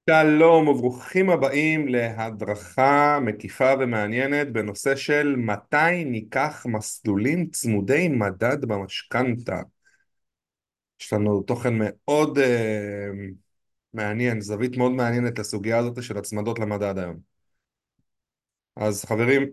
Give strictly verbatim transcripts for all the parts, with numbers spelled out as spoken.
שלום וברוכים הבאים להדרכה מקיפה ומעניינת בנושא של מתי ניקח מסלולים צמודי מדד במשכנתא. יש לנו תוכן מאוד אה, מעניין, זווית מאוד מעניינת לסוגיה הזאת של הצמדות למדד היום. אז חברים,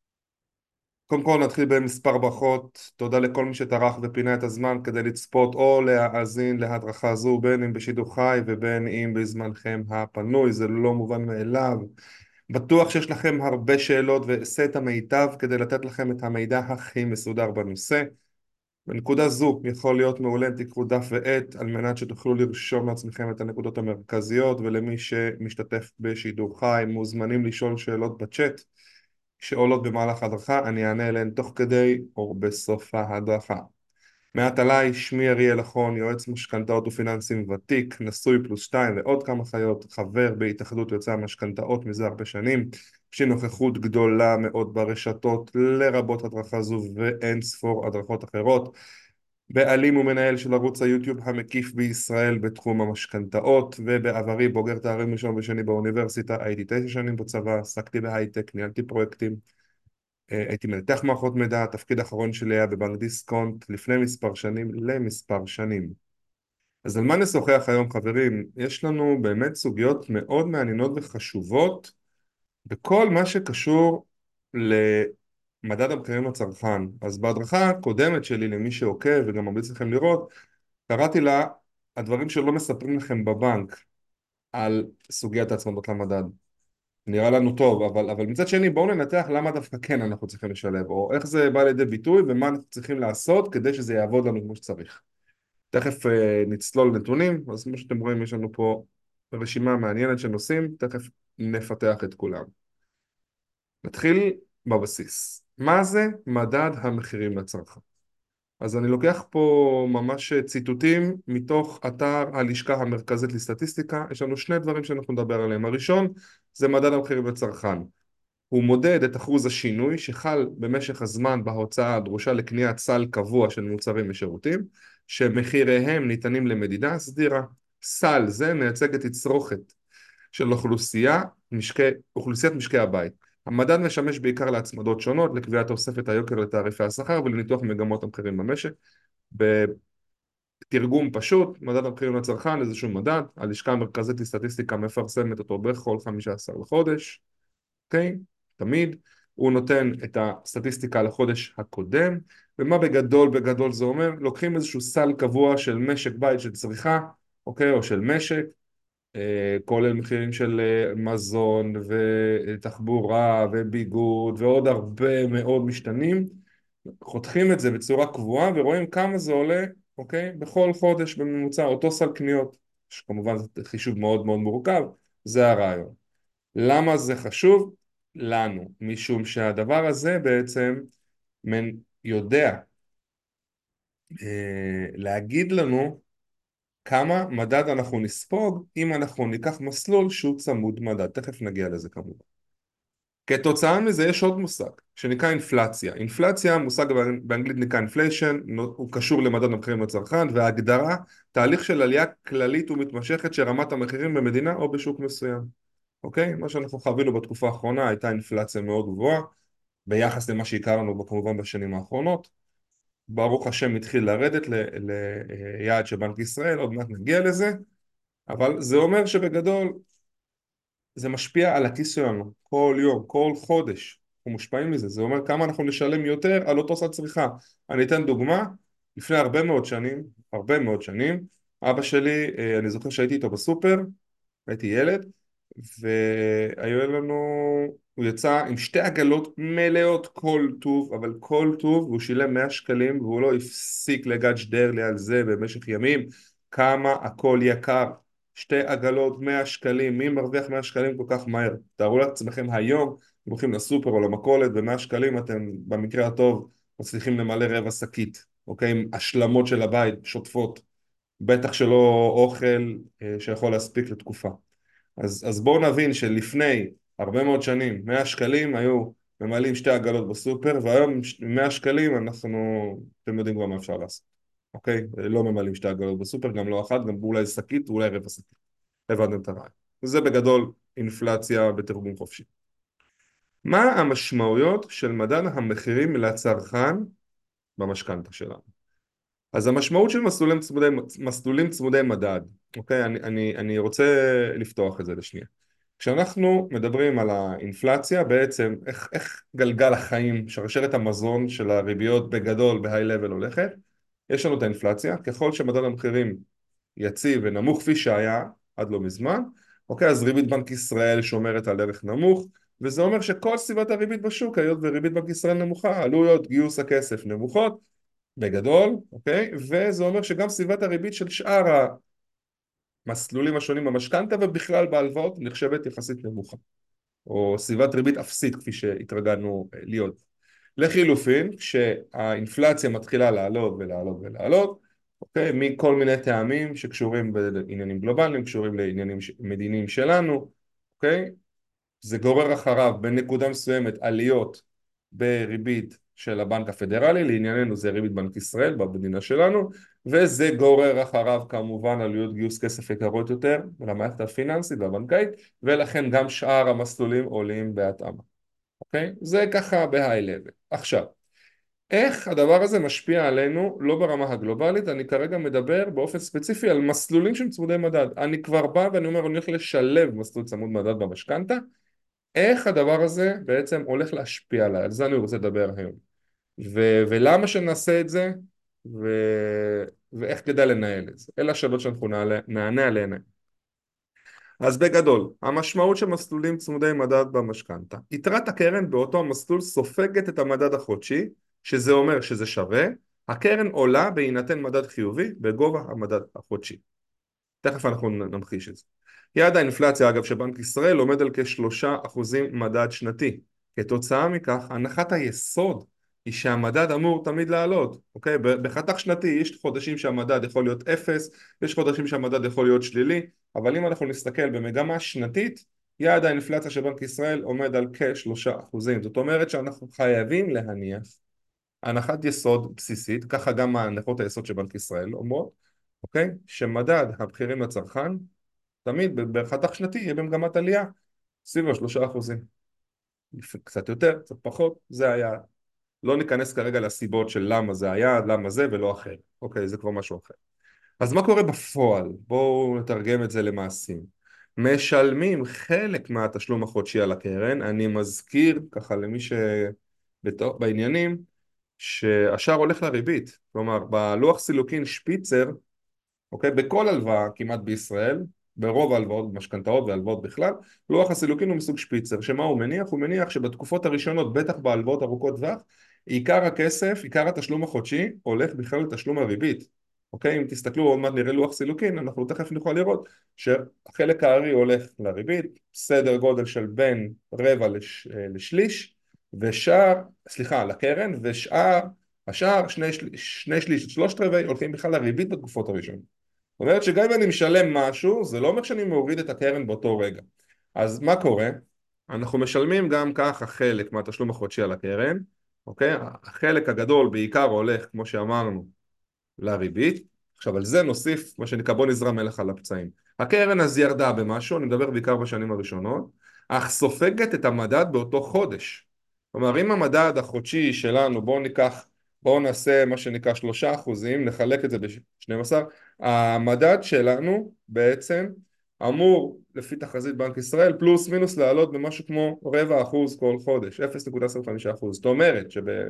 קודם כל נתחיל במספר ברכות. תודה לכל מי שטרח ופינה את הזמן כדי לצפות או להאזין להדרכה זו, בין אם בשידור חי ובין אם בזמנכם הפנוי. זה לא מובן מאליו. בטוח שיש לכם הרבה שאלות ואעשה את המיטב כדי לתת לכם את המידע הכי מסודר בנושא. בנקודה זו יכול להיות מעולה אם תיקחו דף ועט על מנת שתוכלו לרשום לעצמכם את הנקודות המרכזיות, ולמי שמשתתף בשידור חי מוזמנים לשאול שאלות בצ'אט שעולות במהלך ההדרכה, אני אענה אליהן תוך כדי או בסוף ההדרכה. מעט עליי, שמי אריאל אחון, יועץ משכנתאות ופיננסים ותיק, נשוי פלוס שתיים ועוד כמה חיות, חבר בהתאחדות יועצי המשכנתאות מזה הרבה שנים, יש לי נוכחות גדולה מאוד ברשתות, לרבות הדרכה זו ואין ספור הדרכות אחרות, בעלים ומנהל של ערוץ היוטיוב המקיף בישראל בתחום המשכנתאות, ובעברי בוגר תארים ראשון ושני באוניברסיטה, הייתי תשע שנים בצבא, עסקתי בהייטק, ניהלתי פרויקטים, הייתי מנתח מערכות מידע. התפקיד האחרון שלי היה בבנק דיסקונט לפני מספר שנים למספר שנים. אז על מה נשוחח היום חברים? יש לנו באמת סוגיות מאוד מעניינות וחשובות בכל מה שקשור למדד המחירים לצרכן. אז בהדרכה הקודמת שלי, למי שעוקב וגם ממליץ לכם לראות, קראתי לה הדברים שלא מספרים לכם בבנק על סוגיית ההצמדות למדד. נראה לנו טוב, אבל, אבל מצד שני בואו ננתח למה דווקא כן אנחנו צריכים לשלב, או איך זה בא לידי ביטוי ומה אנחנו צריכים לעשות כדי שזה יעבוד לנו כמו שצריך. תכף אה, נצלול נתונים, אז כמו שאתם רואים יש לנו פה רשימה מעניינת של נושאים, תכף נפתח את כולם. נתחיל בבסיס. מה זה מדד המחירים לצרכן? אז אני לוקח פה ממש ציטוטים מתוך אתר הלשכה המרכזית לסטטיסטיקה. יש לנו שני דברים שאנחנו נדבר עליהם. הראשון זה מדד המחירים לצרכן. הוא מודד את אחוז השינוי שחל במשך הזמן בהוצאה הדרושה לקניית סל קבוע של מוצרים ושירותים, שמחיריהם ניתנים למדידה סדירה. סל זה מייצג את תצרוכת של אוכלוסייה, משקי, אוכלוסיית משקי הבית. המדד משמש בעיקר להצמדות שונות, לקביעת תוספת היוקר לתעריפי השכר ולניתוח מגמות המחירים במשק. בתרגום פשוט, מדד המחירים לצרכן איזשהו מדד, הלשכה המרכזית לסטטיסטיקה מפרסמת אותו בכל חמישה עשר לחודש. אוקיי? תמיד. הוא נותן את הסטטיסטיקה לחודש הקודם, ומה בגדול בגדול זה אומר? לוקחים איזשהו סל קבוע של משק בית של צריכה, אוקיי? או של משק, אה, כולל מחירים של אה, מזון ותחבורה וביגוד ועוד הרבה מאוד משתנים, חותכים את זה בצורה קבועה ורואים כמה זה עולה, אוקיי? בכל חודש בממוצע, אותו סל קניות, שכמובן זה חישוב מאוד מאוד מורכב, זה הרעיון. למה זה חשוב? לנו, משום שהדבר הזה בעצם מן יודע אה, להגיד לנו כמה מדד אנחנו נספוג אם אנחנו ניקח מסלול שהוא צמוד מדד. תכף נגיע לזה כמובן. כתוצאה מזה יש עוד מושג שנקרא אינפלציה. אינפלציה, מושג באנגלית נקרא inflation, הוא קשור למדד המחירים לצרכן, וההגדרה תהליך של עלייה כללית ומתמשכת של רמת המחירים במדינה או בשוק מסוים. אוקיי? מה שאנחנו חווינו בתקופה האחרונה הייתה אינפלציה מאוד גבוהה ביחס למה שהכרנו בו כמובן בשנים האחרונות. ברוך השם התחיל לרדת ליעד של בנק ישראל, עוד מעט נגיע לזה, אבל זה אומר שבגדול זה משפיע על הכיס שלנו כל יום, כל חודש, אנחנו מושפעים מזה. זה אומר כמה אנחנו נשלם יותר על אותו סל צריכה. אני אתן דוגמה. לפני הרבה מאוד שנים, הרבה מאוד שנים, אבא שלי, אה, אני זוכר שהייתי איתו בסופר, הייתי ילד, והיו לנו, הוא יצא עם שתי עגלות מלאות כל טוב, אבל כל טוב, והוא שילם מאה שקלים, והוא לא הפסיק לג'דר לי על זה במשך ימים, כמה הכל יקר. שתי עגלות מאה שקלים, מי מרוויח מאה שקלים כל כך מהר? תארו לעצמכם היום, אתם הולכים לסופר או למכולת, ב-מאה שקלים אתם במקרה הטוב מצליחים למלא רבע שקית, אוקיי? עם השלמות של הבית, שוטפות, בטח שלא אוכל אה, שיכול להספיק לתקופה. אז, אז בואו נבין שלפני הרבה מאוד שנים מאה שקלים היו ממלאים שתי עגלות בסופר, והיום מאה שקלים אנחנו, אתם יודעים כבר מה אפשר לעשות, אוקיי? לא ממלאים שתי עגלות בסופר, גם לא אחת, גם אולי שקית ואולי רבע שקית. הבנתם את הרעיון. זה בגדול אינפלציה בתרגום חופשי. מה המשמעויות של מדד המחירים לצרכן במשכנתה שלנו? אז המשמעות של מסלולים צמודי, מסלולים צמודי מדד, אוקיי? אני, אני, אני רוצה לפתוח את זה לשנייה. כשאנחנו מדברים על האינפלציה, בעצם איך, איך גלגל החיים, שרשרת המזון של הריביות בגדול, בהיי לבל הולכת, יש לנו את האינפלציה, ככל שמדד המחירים יציב ונמוך כפי שהיה עד לא מזמן, אוקיי, אז ריבית בנק ישראל שומרת על ערך נמוך, וזה אומר שכל סביבת הריבית בשוק, היות וריבית בנק ישראל נמוכה, עלויות גיוס הכסף נמוכות, בגדול, אוקיי, וזה אומר שגם סביבת הריבית של שאר המסלולים השונים במשכנתה ובכלל בהלוואות נחשבת יחסית נמוכה, או סביבת ריבית אפסית כפי שהתרגלנו להיות. לחילופין, כשהאינפלציה מתחילה לעלות ולעלות ולעלות, אוקיי, מכל מיני טעמים שקשורים בעניינים גלובליים, קשורים לעניינים מדיניים שלנו, אוקיי, זה גורר אחריו בנקודה מסוימת עליות בריבית של הבנק הפדרלי, לענייננו זה ריבית בנק ישראל במדינה שלנו, וזה גורר אחריו כמובן עלויות גיוס כסף יקרות יותר למערכת הפיננסית והבנקאית, ולכן גם שאר המסלולים עולים בהתאמה. אוקיי? זה ככה בהיי לבל. עכשיו, איך הדבר הזה משפיע עלינו, לא ברמה הגלובלית, אני כרגע מדבר באופן ספציפי על מסלולים שהם צמודי מדד. אני כבר בא ואני אומר, אני הולך לשלב מסלול צמוד מדד במשכנתה, איך הדבר הזה בעצם הולך להשפיע עליי, על זה אני רוצה לדבר היום. ו- ולמה שנעשה את זה, ו- ואיך כדאי לנהל את זה. אלה השאלות שאנחנו נעלה, נענה עליהן. אז בגדול, המשמעות של מסלולים צמודי מדד במשכנתה. יתרת הקרן באותו המסלול סופגת את המדד החודשי, שזה אומר שזה שווה, הקרן עולה בהינתן מדד חיובי בגובה המדד החודשי. תכף אנחנו נמחיש את זה. יעד האינפלציה אגב של בנק ישראל עומד על כשלושה אחוזים מדד שנתי. כתוצאה מכך, הנחת היסוד היא שהמדד אמור תמיד לעלות, אוקיי? בחתך שנתי יש חודשים שהמדד יכול להיות אפס, יש חודשים שהמדד יכול להיות שלילי, אבל אם אנחנו נסתכל במגמה שנתית, יעד האינפלציה של בנק ישראל עומד על כשלושה אחוזים. זאת אומרת שאנחנו חייבים להניח הנחת יסוד בסיסית, ככה גם הנחות היסוד של בנק ישראל אומרות, אוקיי? שמדד המחירים לצרכן תמיד בחתך שנתי יהיה במגמת עלייה סביב השלושה אחוזים, קצת יותר, קצת פחות, זה היה. לא ניכנס כרגע לסיבות של למה זה היה, למה זה ולא אחר, אוקיי, זה כבר משהו אחר. אז מה קורה בפועל? בואו נתרגם את זה למעשים. משלמים חלק מהתשלום החודשי על הקרן, אני מזכיר ככה למי שבעניינים, שהשאר הולך לריבית, כלומר בלוח סילוקין שפיצר, אוקיי? בכל הלוואה כמעט בישראל, ברוב ההלוואות במשכנתאות והלוואות בכלל, לוח הסילוקין הוא מסוג שפיצר, שמה הוא מניח? הוא מניח שבתקופות הראשונות, בטח בהלוואות ארוכות טווח, עיקר הכסף, עיקר התשלום החודשי, הולך בכלל לתשלום הריבית, אוקיי? אם תסתכלו, עוד מעט נראה לוח סילוקין, אנחנו תכף נוכל לראות שהחלק הארי הולך לריבית, סדר גודל של בין רבע לש, לשליש, ושאר, סליחה, לקרן, ושאר, השאר, שני, שני שליש, שלושת רבעי, הולכים בכלל לריבית בתקופות הראשונות. זאת אומרת שגם אם אני משלם משהו, זה לא אומר שאני מוריד את הקרן באותו רגע. אז מה קורה? אנחנו משלמים גם ככה חלק מהתשלום החודשי על הקרן, אוקיי? החלק הגדול בעיקר הולך, כמו שאמרנו, לריבית. עכשיו על זה נוסיף מה שנקרא בוא נזרם מלח על הפצעים. הקרן אז ירדה במשהו, אני מדבר בעיקר בשנים הראשונות, אך סופגת את המדד באותו חודש. כלומר אם המדד החודשי שלנו, בואו ניקח, בואו נעשה מה שנקרא שלושה אחוזים, נחלק את זה ב-שנים עשר, המדד שלנו בעצם אמור לפי תחזית בנק ישראל פלוס מינוס לעלות במשהו כמו רבע אחוז כל חודש, אפס נקודה עשרים וחמישה אחוז. זאת אומרת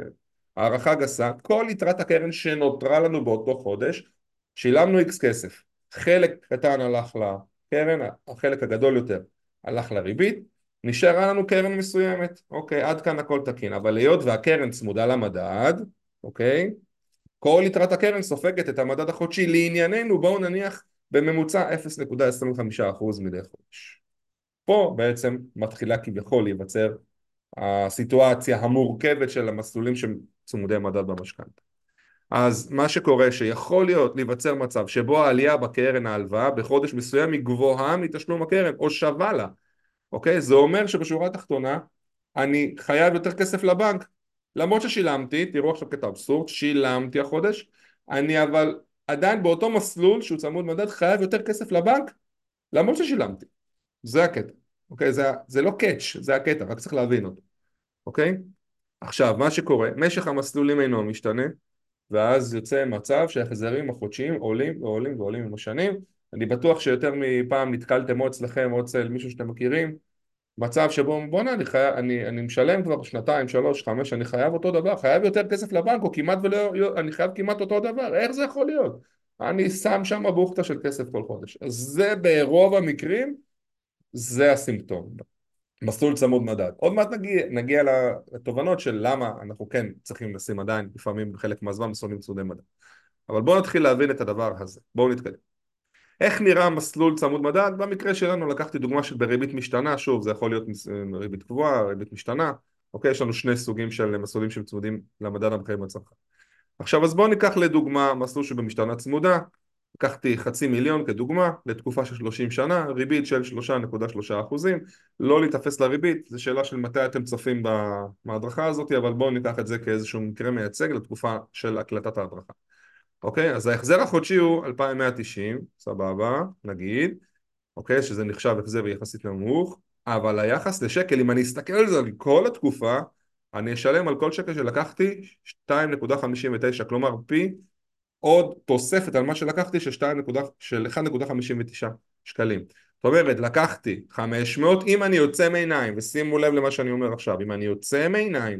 שבהערכה גסה כל יתרת הקרן שנותרה לנו באותו חודש שילמנו איקס כסף, חלק קטן הלך לקרן, החלק הגדול יותר הלך לריבית, נשארה לנו קרן מסוימת, אוקיי, עד כאן הכל תקין, אבל היות והקרן צמודה למדד, אוקיי, כל יתרת הקרן סופגת את המדד החודשי, לענייננו בואו נניח בממוצע אפס נקודה עשרים וחמישה אחוז מדי חודש. פה בעצם מתחילה כביכול להיווצר הסיטואציה המורכבת של המסלולים שצמודי מדד במשכנתא. אז מה שקורה שיכול להיות להיווצר מצב שבו העלייה בקרן ההלוואה בחודש מסוים היא גבוהה מתשלום הקרן או שווה לה, אוקיי? זה אומר שבשורה התחתונה אני חייב יותר כסף לבנק, למרות ששילמתי, תראו עכשיו קטע אבסורד, שילמתי החודש, אני אבל עדיין באותו מסלול שהוא צמוד מדד חייב יותר כסף לבנק, למרות ששילמתי. זה הקטע, אוקיי? זה, זה לא קאץ', זה הקטע, רק צריך להבין אותו, אוקיי? עכשיו, מה שקורה, משך המסלולים אינו משתנה, ואז יוצא מצב שההחזרים החודשיים עולים ועולים ועולים עם השנים. אני בטוח שיותר מפעם נתקלתם או אצלכם או אצל מישהו שאתם מכירים, מצב שבו בוא'נה, אני, חי... אני, אני משלם כבר שנתיים, שלוש, חמש, אני חייב אותו דבר, חייב יותר כסף לבנק, או כמעט ולא, אני חייב כמעט אותו דבר, איך זה יכול להיות? אני שם שם בוכטה של כסף כל חודש. אז זה ברוב המקרים, זה הסימפטום. מסלול צמוד מדד. עוד מעט נגיע, נגיע לתובנות של למה אנחנו כן צריכים לשים עדיין, לפעמים בחלק מהזמן מסלולים צמודי מדד. אבל בואו נתחיל להבין את הדבר הזה. בואו נתקדם. איך נראה מסלול צמוד מדד? במקרה שלנו לקחתי דוגמה של בריבית משתנה, שוב זה יכול להיות ריבית קבועה, ריבית משתנה, אוקיי? יש לנו שני סוגים של מסלולים שצמודים למדד המחירים לצרכן. עכשיו אז בואו ניקח לדוגמה מסלול שבמשתנה צמודה, לקחתי חצי מיליון כדוגמה לתקופה של שלושים שנה, ריבית של שלוש נקודה שלוש אחוזים, לא להתאפס לריבית, זו שאלה של מתי אתם צופים בהדרכה הזאת, אבל בואו ניקח את זה כאיזשהו מקרה מייצג לתקופה של הקלטת ההדרכה. אוקיי? אז ההחזר החודשי הוא אלפיים ומאה ותשעים, סבבה, נגיד, אוקיי? שזה נחשב החזר יחסית נמוך, אבל היחס לשקל, אם אני אסתכל על זה על כל התקופה, אני אשלם על כל שקל שלקחתי שתיים נקודה חמישים ותשע, כלומר פי עוד תוספת על מה שלקחתי של, שתיים, של אחת נקודה חמישים ותשע שקלים. זאת אומרת, לקחתי חמש מאות, אם אני יוצא מעיניים, ושימו לב למה שאני אומר עכשיו, אם אני יוצא מעיניים,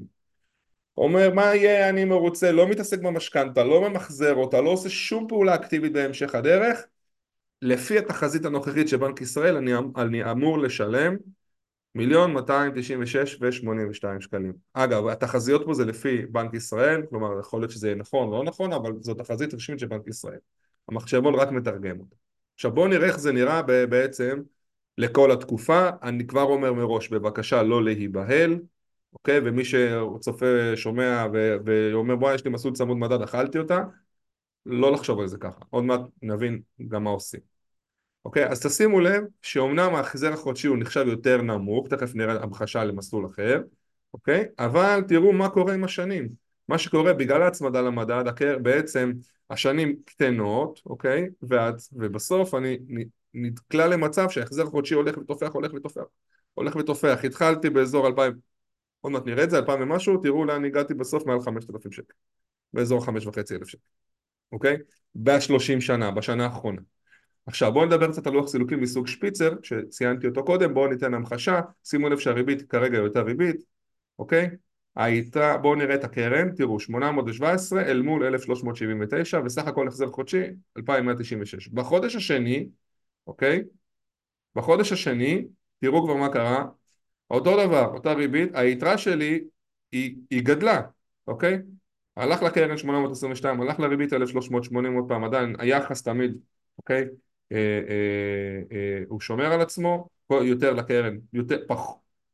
אומר מה יהיה, אני מרוצה, לא מתעסק במשכנתה, לא ממחזר אותה, לא עושה שום פעולה אקטיבית בהמשך הדרך, לפי התחזית הנוכחית של בנק ישראל אני, אני אמור לשלם מיליון מאתיים תשעים ושש ושמונים ושתיים שקלים. אגב, התחזיות פה זה לפי בנק ישראל, כלומר יכול להיות שזה יהיה נכון או לא נכון, אבל זו תחזית רשמית של בנק ישראל. המחשבון רק מתרגם אותה. עכשיו בואו נראה איך זה נראה בעצם לכל התקופה. אני כבר אומר מראש, בבקשה לא להיבהל, אוקיי? ומי שצופה, שומע ו- ואומר בואי יש לי מסלול צמוד מדד, אכלתי אותה, לא לחשוב על זה ככה. עוד מעט נבין גם מה עושים. אוקיי, אז תשימו לב שאומנם ההחזר החודשי הוא נחשב יותר נמוך, תכף נראה המחשה למסלול אחר, אוקיי? אבל תראו מה קורה עם השנים. מה שקורה בגלל ההצמדה למדד, בעצם השנים קטנות, אוקיי? ואת, ובסוף אני נתקלה למצב שההחזר החודשי הולך ותופח, הולך ותופח, הולך ותופח. התחלתי באזור אלפיים, עוד מעט נראה את זה, אלפיים ומשהו, תראו לאן הגעתי בסוף מעל חמשת אלפים שקל, באזור חמש וחצי אלף שקל, אוקיי? בשלושים שנה, בשנה האחרונה. עכשיו בואו נדבר קצת על לוח סילוקין מסוג שפיצר שציינתי אותו קודם. בואו ניתן המחשה, שימו לב שהריבית כרגע היא יותר ריבית, אוקיי? הייתה, בואו נראה את הקרן, תראו שמונה מאות שבע עשרה אל מול אלף שלוש מאות שבעים ותשע וסך הכל החזר חודשי אלפיים ומאה תשעים ושש. בחודש השני, אוקיי? בחודש השני תראו כבר מה קרה, אותו דבר, אותה ריבית, היתרה שלי היא, היא גדלה, אוקיי? הלך לקרן שמונה מאות עשרים ושתיים, הלך לריבית אלף שלוש מאות שמונים, עוד פעם, עדיין היחס תמיד, אוקיי? אה, אה, אה, הוא שומר על עצמו, יותר לקרן, יותר, פח,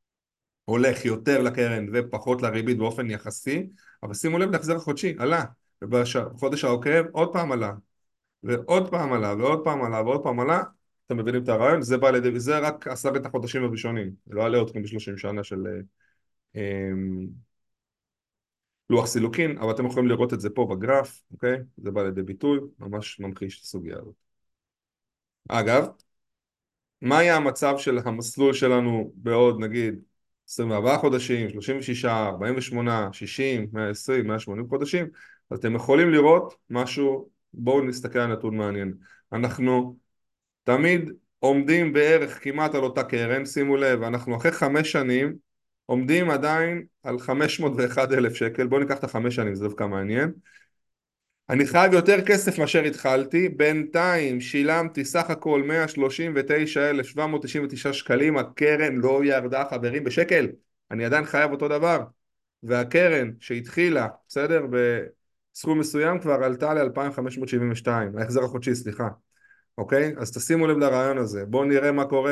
הולך יותר לקרן ופחות לריבית באופן יחסי, אבל שימו לב להחזר החודשי, עלה, ובחודש העוקב עוד פעם עלה, ועוד פעם עלה, ועוד פעם עלה, ועוד פעם עלה. אתם מבינים את הרעיון? זה בא לידי, זה רק עשרת החודשים הראשונים, לא עלה אתכם בשלושים שנה של אה, לוח סילוקין, אבל אתם יכולים לראות את זה פה בגרף, אוקיי? זה בא לידי ביטוי, ממש ממחיש את הסוגיה הזאת. אגב, מה היה המצב של המסלול שלנו בעוד נגיד עשרים וארבעה חודשים, שלושים ושישה, ארבעים ושמונה, שישים, מאה ועשרים, מאה ושמונים חודשים? אז אתם יכולים לראות משהו, בואו נסתכל על נתון מעניין. אנחנו תמיד עומדים בערך כמעט על אותה קרן, שימו לב, אנחנו אחרי חמש שנים עומדים עדיין על חמש מאות ואחד אלף שקל. בואו ניקח את החמש שנים, זה דווקא מעניין. אני חייב יותר כסף מאשר התחלתי, בינתיים שילמתי סך הכל מאה ושלושים ותשעה אלף שבע מאות תשעים ותשעה שקלים, הקרן לא ירדה חברים בשקל, אני עדיין חייב אותו דבר, והקרן שהתחילה, בסדר, בסכום מסוים כבר עלתה ל-אלפיים וחמש מאות שבעים ושתיים, ההחזר החודשי, סליחה. אוקיי? אז תשימו לב לרעיון הזה. בואו נראה מה קורה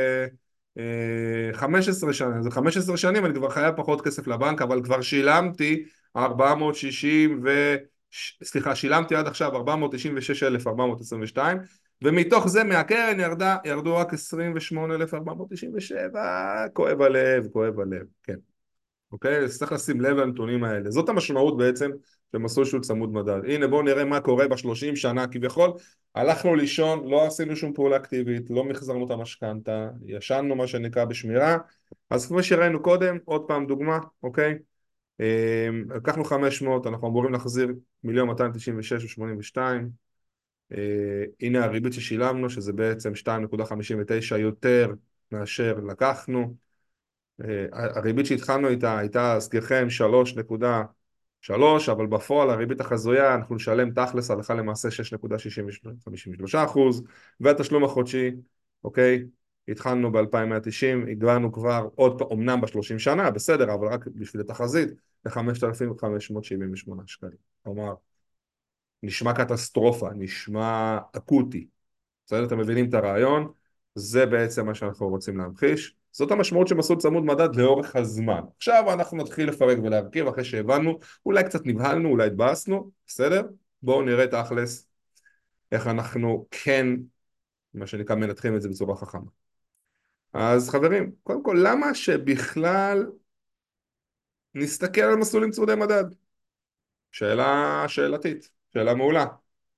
ב-חמש עשרה שנה. זה חמש עשרה שנים, אני כבר חייב פחות כסף לבנק, אבל כבר שילמתי ארבע מאות ושישים ו... סליחה, שילמתי עד עכשיו ארבע מאות תשעים ושש אלף ארבע מאות עשרים ושתיים, ומתוך זה מהקרן ירדה, ירדו רק עשרים ושמונה אלף ארבע מאות תשעים ושבע. כואב הלב, כואב הלב, כן. אוקיי? אז צריך לשים לב לנתונים האלה. זאת המשמעות בעצם שמסלול שהוא צמוד מדד. הנה בואו נראה מה קורה בשלושים שנה כביכול. הלכנו לישון, לא עשינו שום פעולה אקטיבית, לא מחזרנו את המשכנתה, ישנו מה שנקרא בשמירה. אז כמו שראינו קודם, עוד פעם דוגמה, אוקיי? אה, לקחנו חמש מאות, אנחנו אמורים להחזיר מיליון מאתיים תשעים ושש ושמונים ושתיים. אה, הנה הריבית ששילמנו, שזה בעצם שתיים נקודה חמישים ותשע יותר מאשר לקחנו. אה, הריבית שהתחלנו איתה הייתה, אזכירכם, שלוש נקודה שלוש, אבל בפועל הריבית החזויה אנחנו נשלם תכלס הלכה למעשה שש נקודה חמישים ושלושה אחוז, והתשלום החודשי, אוקיי, התחלנו ב-אלפיים ומאה ותשעים, הגענו כבר עוד פעם, אמנם ב-שלושים שנה, בסדר, אבל רק בשביל התחזית, ל-חמשת אלפים וחמש מאות שבעים ושמונה שקלים. כלומר, נשמע קטסטרופה, נשמע אקוטי. בסדר, אתם מבינים את הרעיון? זה בעצם מה שאנחנו רוצים להמחיש. זאת המשמעות של מסלול צמוד מדד לאורך הזמן. עכשיו אנחנו נתחיל לפרק ולהרכיב אחרי שהבנו, אולי קצת נבהלנו, אולי התבאסנו, בסדר? בואו נראה תכלס איך אנחנו כן, מה שנקרא, מנתחים את זה בצורה חכמה. אז חברים, קודם כל, למה שבכלל נסתכל על מסלולים צמודי מדד? שאלה שאלתית, שאלה מעולה.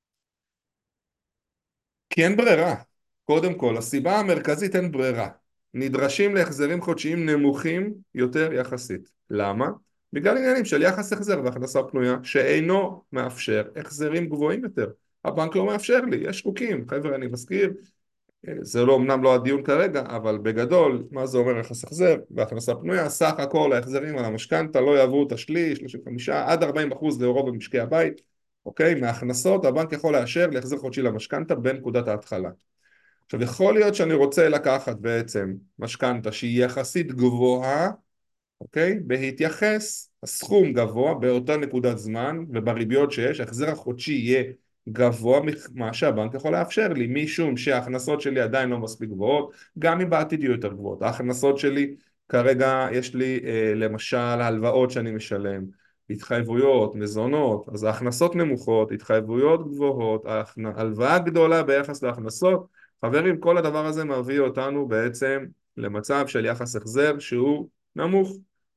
כי אין ברירה. קודם כל, הסיבה המרכזית אין ברירה. נדרשים להחזרים חודשיים נמוכים יותר יחסית. למה? בגלל עניינים של יחס החזר והכנסה פנויה שאינו מאפשר החזרים גבוהים יותר. הבנק לא מאפשר לי, יש חוקים. חבר'ה, אני מזכיר, זה לא, אמנם לא הדיון כרגע, אבל בגדול, מה זה אומר יחס החזר והכנסה פנויה? סך הכל ההחזרים על המשכנתה לא יעברו את השליש, שלושים וחמישה עד ארבעים אחוז לרוב במשקי הבית. אוקיי? מההכנסות הבנק יכול לאשר להחזר חודשי למשכנתה בנקודת ההתחלה. עכשיו יכול להיות שאני רוצה לקחת בעצם משכנתה שהיא יחסית גבוהה, אוקיי? בהתייחס, הסכום גבוה באותה נקודת זמן ובריביות שיש, ההחזר החודשי יהיה גבוה ממה שהבנק יכול לאפשר לי, משום שההכנסות שלי עדיין לא מספיק גבוהות, גם אם בעתיד יהיו יותר גבוהות. ההכנסות שלי, כרגע יש לי אה, למשל הלוואות שאני משלם, התחייבויות, מזונות, אז ההכנסות נמוכות, התחייבויות גבוהות, הלוואה גדולה ביחס להכנסות. חברים, כל הדבר הזה מביא אותנו בעצם למצב של יחס החזר שהוא נמוך.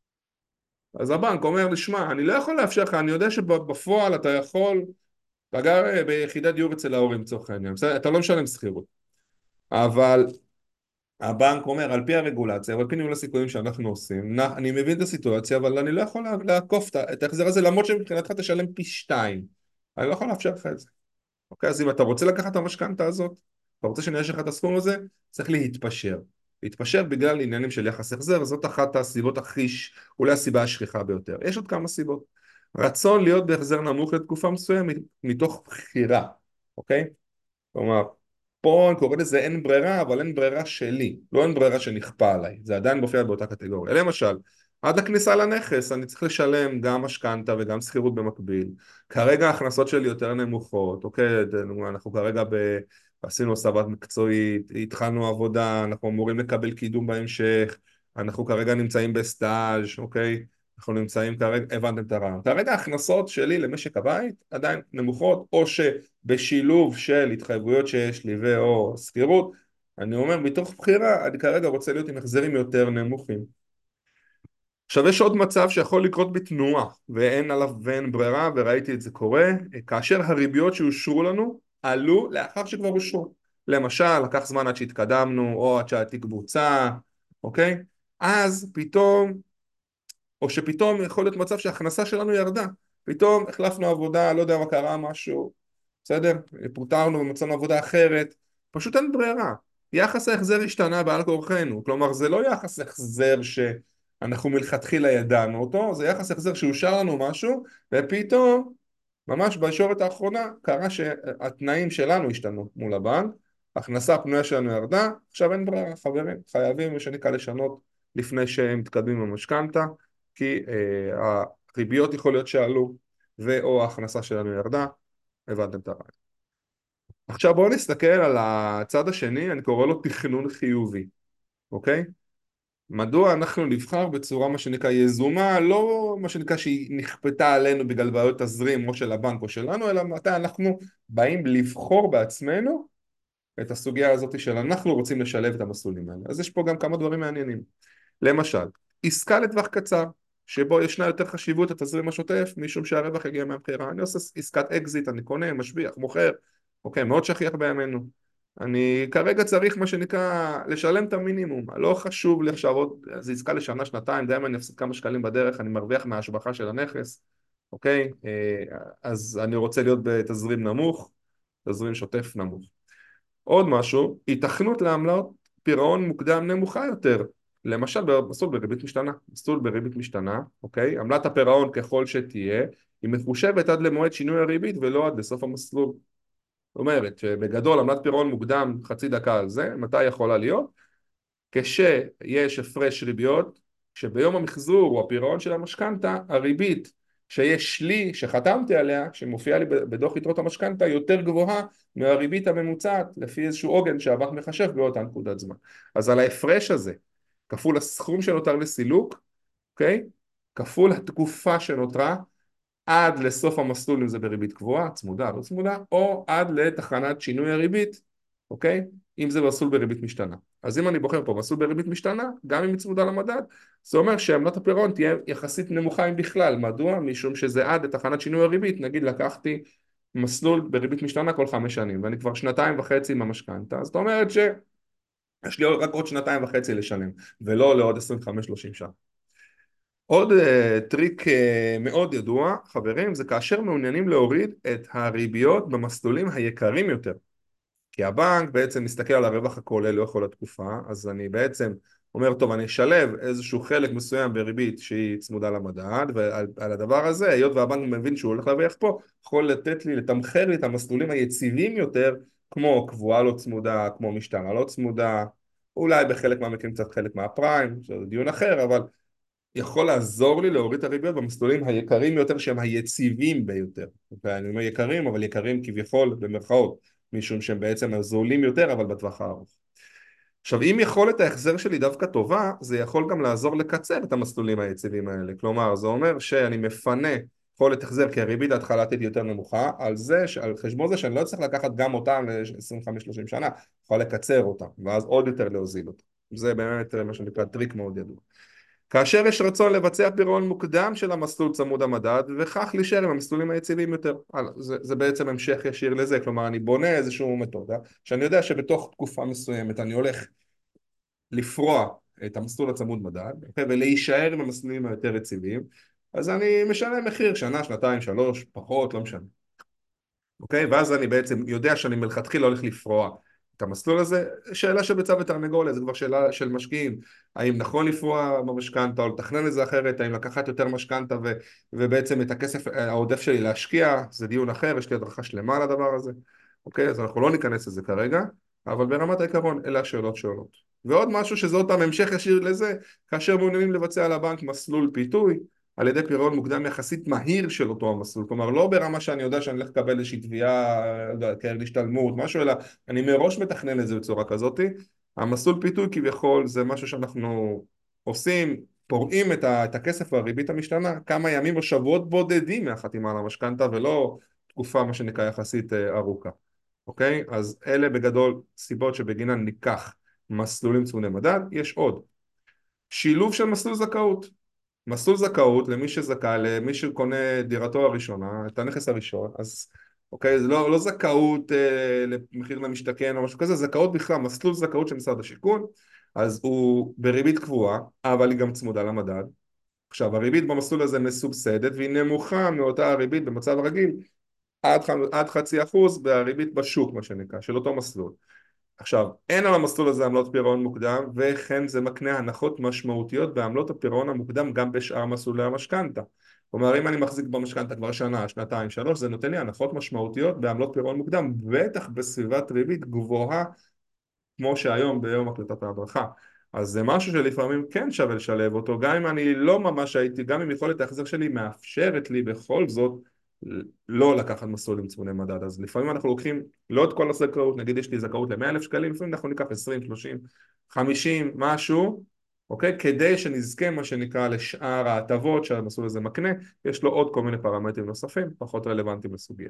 אז הבנק אומר לי, שמע, אני לא יכול לאפשר לך, אני יודע שבפועל אתה יכול, אתה גר ביחידת דיור אצל ההורים לצורך העניין, אתה לא משלם שכירות, אבל הבנק אומר, על פי הרגולציה ועל פי ניהול הסיכונים שאנחנו עושים, אני מבין את הסיטואציה, אבל אני לא יכול לעקוף את ההחזר הזה, למרות שמבחינתך תשלם פי שתיים, אני לא יכול לאפשר לך את זה. אוקיי, אז אם אתה רוצה לקחת את המשכנתה הזאת, אתה רוצה שאני אשאר לך את הסכום הזה, צריך להתפשר. להתפשר בגלל עניינים של יחס החזר, זאת אחת הסיבות הכי, אולי הסיבה השכיחה ביותר. יש עוד כמה סיבות. רצון להיות בהחזר נמוך לתקופה מסוימת מתוך בחירה, אוקיי? כלומר, פה אני קורא לזה אין ברירה, אבל אין ברירה שלי, לא אין ברירה שנכפה עליי, זה עדיין מופיע באותה קטגוריה. למשל, עד הכניסה לנכס אני צריך לשלם גם משכנתה וגם שכירות במקביל. כרגע ההכנסות שלי יותר נמוכות, אוקיי, אנחנו כרגע ב... עשינו הסבה מקצועית, התחלנו עבודה, אנחנו אמורים לקבל קידום בהמשך, אנחנו כרגע נמצאים בסטאז', אוקיי, אנחנו נמצאים כרגע, הבנתם את הרעיון. כרגע ההכנסות שלי למשק הבית עדיין נמוכות, או שבשילוב של התחייבויות שיש לי ואו שכירות, אני אומר מתוך בחירה, אני כרגע רוצה להיות עם החזרים יותר נמוכים. עכשיו יש עוד מצב שיכול לקרות בתנועה ואין עליו ואין ברירה, וראיתי את זה קורה, כאשר הריביות שאושרו לנו עלו לאחר שכבר אושרו. למשל, לקח זמן עד שהתקדמנו או עד שהתיק בוצע, אוקיי? אז פתאום, או שפתאום יכול להיות מצב שההכנסה שלנו ירדה, פתאום החלפנו עבודה, לא יודע מה קרה, משהו, בסדר? פוטרנו ומצאנו עבודה אחרת, פשוט אין ברירה. יחס ההחזר השתנה בעל כורחנו, כלומר זה לא יחס החזר שאנחנו מלכתחילה ידענו אותו, זה יחס החזר שאושר לנו משהו, ופתאום, ממש בישורת האחרונה, קרה שהתנאים שלנו השתנו מול הבנק, ההכנסה הפנויה שלנו ירדה, עכשיו אין ברירה חברים, חייבים ושנקרא לשנות לפני שהם מתקדמים במשכנתה, כי אה, הריביות יכול להיות שעלו, ואו ההכנסה שלנו ירדה, הבנתם את הרעיון. עכשיו בואו נסתכל על הצד השני, אני קורא לו תכנון חיובי, אוקיי? מדוע אנחנו נבחר בצורה מה שנקרא יזומה, לא מה שנקרא שהיא נכפתה עלינו בגלל בעיות תזרים או של הבנק או שלנו, אלא מתי אנחנו באים לבחור בעצמנו את הסוגיה הזאת של אנחנו רוצים לשלב את המסלולים האלה. אז יש פה גם כמה דברים מעניינים. למשל, עסקה לטווח קצר, שבו ישנה יותר חשיבות לתזרים השוטף משום שהרווח יגיע מהמכירה. אני עושה עסקת אקזיט, אני קונה, משביח, מוכר, אוקיי, מאוד שכיח בימינו. אני כרגע צריך מה שנקרא לשלם את המינימום, לא חשוב לי עכשיו עוד, זה עסקה לשנה שנתיים, די אם אני אפסיד כמה שקלים בדרך, אני מרוויח מההשבחה של הנכס, אוקיי, אה, אז אני רוצה להיות בתזרים נמוך, תזרים שוטף נמוך. עוד משהו, היתכנות לעמלות פירעון מוקדם נמוכה יותר, למשל במסלול בריבית משתנה, מסלול בריבית משתנה, אוקיי, עמלת הפירעון ככל שתהיה, היא מחושבת עד למועד שינוי הריבית ולא עד לסוף המסלול. זאת אומרת שבגדול עמלת פירעון מוקדם חצי דקה על זה, מתי יכולה להיות? כשיש הפרש ריביות, שביום המחזור או הפירעון של המשכנתה, הריבית שיש לי, שחתמתי עליה, שמופיעה לי בדוח יתרות המשכנתה, יותר גבוהה מהריבית הממוצעת, לפי איזשהו עוגן שהבנק מחשב באותה נקודת זמן. אז על ההפרש הזה, כפול הסכום שנותר לסילוק, אוקיי? כפול התקופה שנותרה, עד לסוף המסלול אם זה בריבית קבועה, צמודה, לא צמודה, או עד לתחנת שינוי הריבית, אוקיי? אם זה מסלול בריבית משתנה. אז אם אני בוחר פה מסלול בריבית משתנה, גם אם היא צמודה למדד, זה אומר שעמלת הפירעון תהיה יחסית נמוכה אם בכלל. מדוע? משום שזה עד לתחנת שינוי הריבית, נגיד לקחתי מסלול בריבית משתנה כל חמש שנים, ואני כבר שנתיים וחצי עם המשכנתה, אז זאת אומרת שיש לי רק עוד שנתיים וחצי לשלם, ולא לעוד עשרים וחמש שלושים שנה. עוד uh, טריק uh, מאוד ידוע, חברים, זה כאשר מעוניינים להוריד את הריביות במסלולים היקרים יותר. כי הבנק בעצם מסתכל על הרווח הכולל לאורך כל התקופה, אז אני בעצם אומר, טוב, אני אשלב איזשהו חלק מסוים בריבית שהיא צמודה למדד, ועל על הדבר הזה, היות והבנק מבין שהוא הולך להרוויח פה, יכול לתת לי, לתמחר לי את המסלולים היציבים יותר, כמו קבועה לא צמודה, כמו משטרה לא צמודה, אולי בחלק מהמקרים קצת חלק מהפריים, זה דיון אחר, אבל יכול לעזור לי להוריד את הריביות במסלולים היקרים יותר שהם היציבים ביותר. ואני אומר יקרים, אבל יקרים כביכול במרכאות, משום שהם בעצם זולים יותר, אבל בטווח הארוך. עכשיו, אם יכולת ההחזר שלי דווקא טובה, זה יכול גם לעזור לקצר את המסלולים היציבים האלה. כלומר, זה אומר שאני מפנה יכולת החזר כי הריבית ההתחלתית יותר נמוכה, על זה, על חשבון זה שאני לא צריך לקחת גם אותם ל-עשרים וחמש שלושים שנה, יכול לקצר אותם, ואז עוד יותר להוזיל אותם. זה באמת מה שנקרא טריק מאוד ידוע. כאשר יש רצון לבצע פירעון מוקדם של המסלול צמוד המדד וכך להישאר עם המסלולים היציבים יותר. זה, זה בעצם המשך ישיר לזה, כלומר אני בונה איזשהו מתודה שאני יודע שבתוך תקופה מסוימת אני הולך לפרוע את המסלול הצמוד מדד okay, ולהישאר עם המסלולים היותר יציבים, אז אני משלם מחיר שנה, שנתיים, שלוש, פחות, לא משנה. אוקיי? ואז אני בעצם יודע שאני מלכתחילה הולך לפרוע את המסלול הזה. שאלה של ביצה ותרנגולת, זה כבר שאלה של משקיעים, האם נכון לפרוע במשכנתא או לתכנן את זה אחרת, האם לקחת יותר משכנתא ו- ובעצם את הכסף העודף שלי להשקיע, זה דיון אחר, יש לי הדרכה שלמה על הדבר הזה, אוקיי? אז אנחנו לא ניכנס לזה כרגע, אבל ברמת העיקרון אלה השאלות שעולות. ועוד משהו שזה עוד פעם המשך ישיר לזה, כאשר מעוניינים לבצע על הבנק מסלול פיתוי על ידי פירעון מוקדם יחסית מהיר של אותו המסלול, כלומר לא ברמה שאני יודע שאני הולך לקבל איזושהי תביעה, קרן השתלמות, משהו, אלא אני מראש מתכנן את זה בצורה כזאת. המסלול פיתוי כביכול זה משהו שאנחנו עושים, פורעים את, ה, את הכסף והריבית המשתנה כמה ימים או שבועות בודדים מהחתימה על המשכנתא ולא תקופה מה שנקרא יחסית ארוכה, אוקיי? אז אלה בגדול סיבות שבגינן ניקח מסלולים צמודי מדד. יש עוד, שילוב של מסלול זכאות. מסלול זכאות למי שזכאי, למי שקונה דירתו הראשונה, את הנכס הראשון, אז אוקיי, זה לא, לא זכאות אה, למחיר למשתכן או משהו כזה, זכאות בכלל, מסלול זכאות של משרד השיכון, אז הוא בריבית קבועה, אבל היא גם צמודה למדד. עכשיו, הריבית במסלול הזה מסובסדת, והיא נמוכה מאותה הריבית במצב רגיל, עד, עד חצי אחוז והריבית בשוק, מה שנקרא, של אותו מסלול. עכשיו, אין על המסלול הזה עמלות פירעון מוקדם, וכן זה מקנה הנחות משמעותיות בעמלות הפירעון המוקדם גם בשאר מסלולי המשכנתא. כלומר, אם אני מחזיק במשכנתא כבר שנה, שנתיים, שלוש, זה נותן לי הנחות משמעותיות בעמלות פירעון מוקדם, בטח בסביבת ריבית גבוהה, כמו שהיום ביום הקלטת ההדרכה. אז זה משהו שלפעמים כן שווה לשלב אותו, גם אם אני לא ממש הייתי, גם אם יכולת ההחזר שלי מאפשרת לי בכל זאת לא לקחת מסלולים צמודי מדד. אז לפעמים אנחנו לוקחים לא את כל הזכאות, נגיד יש לי זכאות ל-מאה אלף שקלים, לפעמים אנחנו ניקח עשרים, שלושים, חמישים, משהו, אוקיי? כדי שנזכה מה שנקרא לשאר ההטבות שהמסלול הזה מקנה, יש לו עוד כל מיני פרמטרים נוספים, פחות רלוונטיים לסוגיה.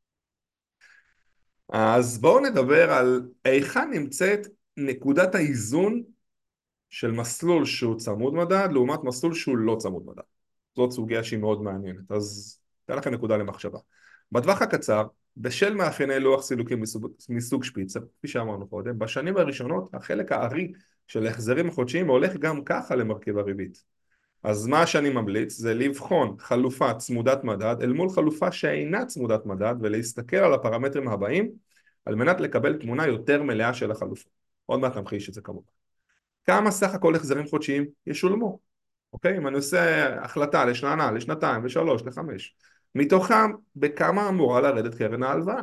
אז בואו נדבר על היכן נמצאת נקודת האיזון של מסלול שהוא צמוד מדד לעומת מסלול שהוא לא צמוד מדד. זאת סוגיה שהיא מאוד מעניינת, אז אתן לכם נקודה למחשבה. בטווח הקצר, בשל מאפייני לוח סילוקין מסוג, מסוג שפיצר, כפי שאמרנו קודם, בשנים הראשונות החלק הארי של ההחזרים החודשיים הולך גם ככה למרכיב הריבית. אז מה שאני ממליץ זה לבחון חלופה צמודת מדד אל מול חלופה שאינה צמודת מדד ולהסתכל על הפרמטרים הבאים על מנת לקבל תמונה יותר מלאה של החלופה. עוד מעט נמחיש את זה כמובן. כמה סך הכל החזרים חודשיים ישולמו, אוקיי? אם אני עושה החלטה לשנה, לשנתיים, לשלוש, לחמש, מתוכם בכמה אמורה לרדת קרן ההלוואה,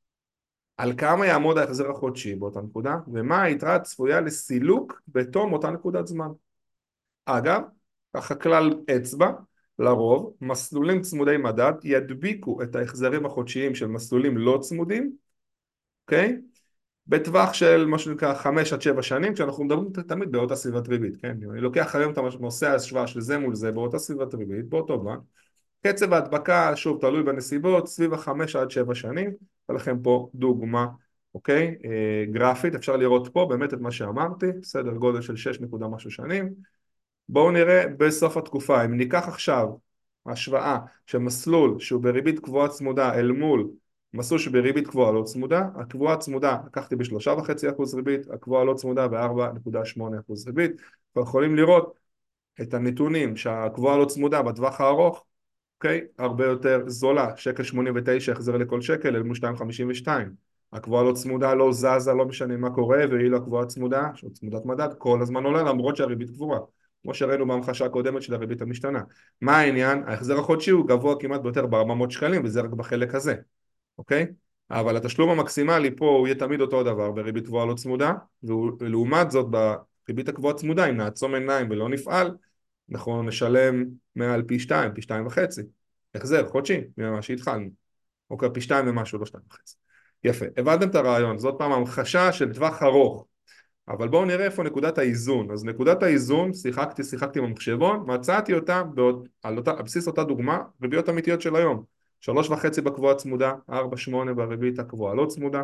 על כמה יעמוד ההחזר החודשי באותה נקודה, ומה היתרה הצפויה לסילוק בתום אותה נקודת זמן. אגב, ככה כלל אצבע, לרוב מסלולים צמודי מדד ידביקו את ההחזרים החודשיים של מסלולים לא צמודים, אוקיי? בטווח של מה שנקרא חמש עד שבע שנים, כשאנחנו מדברים תמיד באותה סביבת ריבית, כן? אם אני לוקח היום את הנושא ההשוואה של זה מול זה באותה סביבת ריבית, באותו בנק, קצב ההדבקה, שוב, תלוי בנסיבות, סביב החמש עד שבע שנים, ולכם פה דוגמה, אוקיי? אה, גרפית, אפשר לראות פה באמת את מה שאמרתי, סדר גודל של שש נקודה משהו שנים. בואו נראה בסוף התקופה, אם ניקח עכשיו השוואה של מסלול שהוא בריבית קבועה צמודה אל מול מסלול שבריבית קבועה לא צמודה, הקבועה צמודה לקחתי בשלושה וחצי אחוז ריבית, הקבועה לא צמודה בארבע נקודה שמונה אחוז ריבית, ויכולים לראות את הנתונים שהקבועה לא צמודה בטווח הארוך, אוקיי? הרבה יותר זולה, שקל שמונים ותשע החזר לכל שקל אל מול שתיים חמישים ושתיים. הקבועה לא צמודה לא זזה, לא משנה מה קורה, והיא לא הקבועה צמודה, שהיא צמודת מדד, כל הזמן עולה למרות שהריבית קבועה, כמו שראינו בהמחשה הקודמת של הריבית המשתנה. מה העניין? ההחזר החודשי הוא גבוה כמעט ביותר ב-ארבע מאות שקלים, וזה רק בחלק הזה, אוקיי? אבל התשלום המקסימלי פה הוא יהיה תמיד אותו דבר בריבית קבועה לא צמודה, ולעומת זאת בריבית הקבועה צמודה, אם נעצום עיניים ולא נפעל, אנחנו נשלם מעל פי שתיים, פי שתיים וחצי, החזר חודשי, ממה שהתחלנו, אוקיי, פי שתיים ומשהו, לא שתיים וחצי. יפה, הבנתם את הרעיון, זאת פעם המחשה של טווח ארוך, אבל בואו נראה איפה נקודת האיזון. אז נקודת האיזון, שיחקתי, שיחקתי במחשבון, מצאתי אותה בעוד, על, אותה, על בסיס אותה דוגמה, ריביות אמיתיות של היום, שלוש וחצי בקבועה צמודה, ארבע שמונה בריבית הקבועה לא צמודה.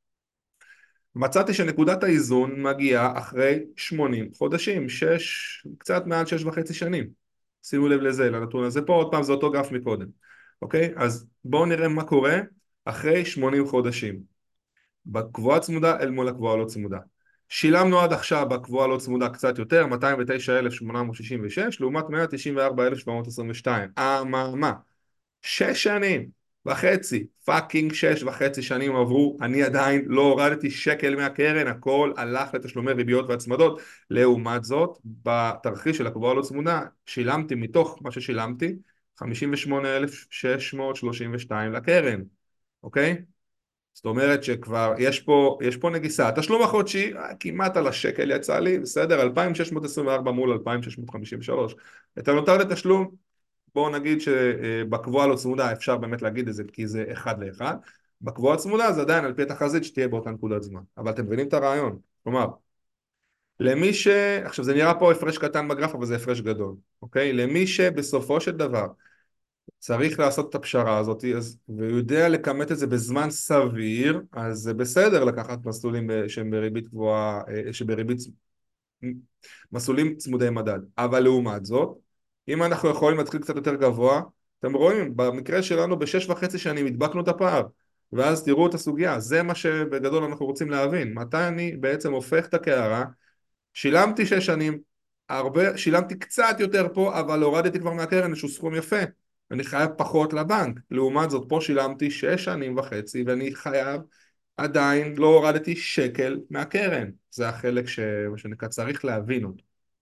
מצאתי שנקודת האיזון מגיעה אחרי שמונים חודשים, שש, קצת מעל שש וחצי שנים. שימו לב לזה, לנתון הזה פה, עוד פעם זה אותו גרף מקודם. אוקיי? אז בואו נראה מה קורה אחרי שמונים חודשים. בקבועה צמודה אל מול הקבועה לא צמודה. שילמנו עד עכשיו בקבועה לא צמודה קצת יותר, מאתיים ותשע אלף שמונה מאות שישים ושש, לעומת מאה תשעים וארבע אלף שבע מאות עשרים ושתיים. אה, מה, מה? שש שנים וחצי, פאקינג שש וחצי שנים עברו, אני עדיין לא הורדתי שקל מהקרן, הכל הלך לתשלומי ריביות והצמדות. לעומת זאת, בתרחיש של הקבועה לא צמודה, שילמתי מתוך מה ששילמתי, חמישים ושמונה אלף שש מאות שלושים ושתיים לקרן, אוקיי? זאת אומרת שכבר יש פה, יש פה נגיסה. התשלום החודשי כמעט על השקל יצא לי, בסדר? אלפיים ושש מאות עשרים וארבע מול אלפיים ושש מאות חמישים ושלוש. את הנותר לתשלום, בואו נגיד שבקבועה לא צמודה אפשר באמת להגיד את זה כי זה אחד לאחד, בקבועה צמודה זה עדיין על פי התחזית שתהיה באותה נקודת זמן. אבל אתם מבינים את הרעיון? כלומר, למי ש... עכשיו זה נראה פה הפרש קטן בגרף אבל זה הפרש גדול, אוקיי? למי שבסופו של דבר צריך לעשות את הפשרה הזאת אז, והוא יודע לכמת את זה בזמן סביר, אז זה בסדר לקחת מסלולים שהם בריבית גבוהה, שבריבית מסלולים צמודי מדד. אבל לעומת זאת, אם אנחנו יכולים להתחיל קצת יותר גבוה, אתם רואים, במקרה שלנו בשש וחצי שנים הדבקנו את הפער, ואז תראו את הסוגיה, זה מה שבגדול אנחנו רוצים להבין, מתי אני בעצם הופך את הקערה, שילמתי שש שנים, הרבה, שילמתי קצת יותר פה, אבל הורדתי כבר מהקרן איזשהו סכום יפה, אני חייב פחות לבנק. לעומת זאת פה שילמתי שש שנים וחצי, ואני חייב, עדיין לא הורדתי שקל מהקרן. זה החלק ש... שנקרא צריך להבין אותו.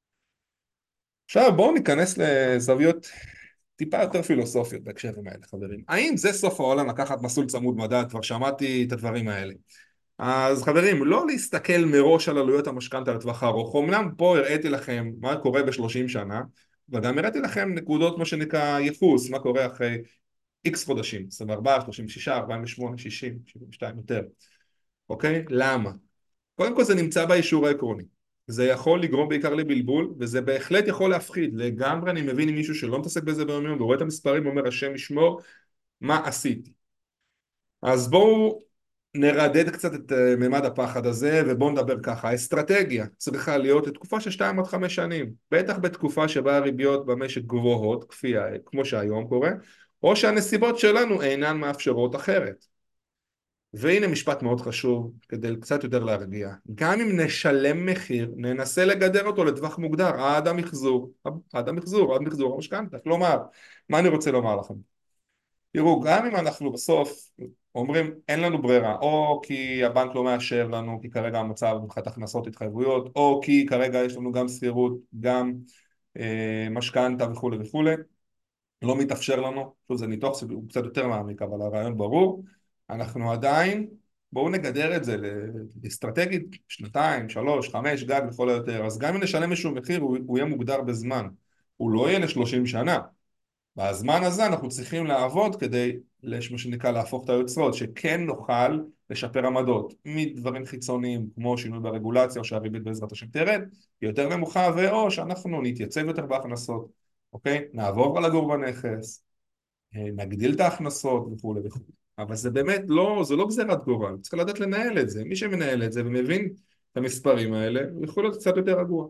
עכשיו בואו ניכנס לזוויות טיפה יותר פילוסופיות בהקשרים האלה, חברים. האם זה סוף העולם לקחת מסלול צמוד מדד? כבר שמעתי את הדברים האלה. אז חברים, לא להסתכל מראש על עלויות המשכנתא לטווח הארוך. אמנם פה הראיתי לכם מה קורה ב-שלושים שנה, וגם הראיתי לכם נקודות מה שנקרא ייחוס, מה קורה אחרי X חודשים, עשרים וארבע, שלושים ושש, ארבעים ושמונה, שישים, שבעים ושתיים יותר. אוקיי? למה? קודם כל זה נמצא באישור העקרוני. זה יכול לגרום בעיקר לבלבול, וזה בהחלט יכול להפחיד. לגמרי אני מבין עם מישהו שלא מתעסק בזה ביום יום, ורואה את המספרים ואומר השם ישמור, מה עשיתי? אז בואו נרדד קצת את אה, ממד הפחד הזה, ובואו נדבר ככה. האסטרטגיה צריכה להיות לתקופה של שתיים עד חמש שנים, בטח בתקופה שבה הריביות במשק גבוהות, כפי, ה- כמו שהיום קורה, או שהנסיבות שלנו אינן מאפשרות אחרת. והנה משפט מאוד חשוב כדי קצת יותר להרגיע. גם אם נשלם מחיר, ננסה לגדר אותו לטווח מוגדר עד המחזור, עד המחזור, עד מחזור המשכנתא. כלומר, מה אני רוצה לומר לכם? תראו, גם אם אנחנו בסוף אומרים אין לנו ברירה, או כי הבנק לא מאשר לנו, כי כרגע המצב מבחינת הכנסות התחייבויות, או כי כרגע יש לנו גם שכירות, גם אה, משכנתא וכולי וכולי, לא מתאפשר לנו, שוב זה ניתוח הוא קצת יותר מעמיק אבל הרעיון ברור, אנחנו עדיין, בואו נגדר את זה לאסטרטגית שנתיים, שלוש, חמש גג לכל היותר, אז גם אם נשלם איזשהו מחיר הוא, הוא יהיה מוגדר בזמן, הוא לא יהיה לשלושים שנה, בזמן הזה אנחנו צריכים לעבוד כדי, מה שנקרא, להפוך את היוצרות, שכן נוכל לשפר עמדות מדברים חיצוניים כמו שינוי ברגולציה או שהריבית בעזרת השם תרד, היא יותר נמוכה, ואו שאנחנו נתייצב יותר בהכנסות, אוקיי? נעבור לגור בנכס, נגדיל את ההכנסות וכו' וכו'. אבל זה באמת לא, זה לא גזירת גורל, צריך לדעת לנהל את זה, מי שמנהל את זה ומבין את המספרים האלה, הוא יכול להיות קצת יותר רגוע.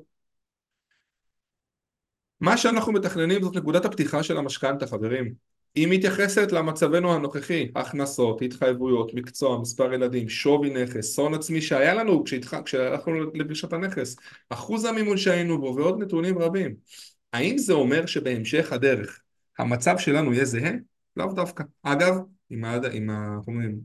מה שאנחנו מתכננים זאת נקודת הפתיחה של המשכנתא, חברים. היא מתייחסת למצבנו הנוכחי, הכנסות, התחייבויות, מקצוע, מספר ילדים, שווי נכס, הון עצמי שהיה לנו כשהתח... כשהלכנו לפרישת הנכס, אחוז המימון שהיינו בו ועוד נתונים רבים. האם זה אומר שבהמשך הדרך המצב שלנו יהיה זהה? לאו דווקא. אגב, עם ה... עם ה... איך אומרים,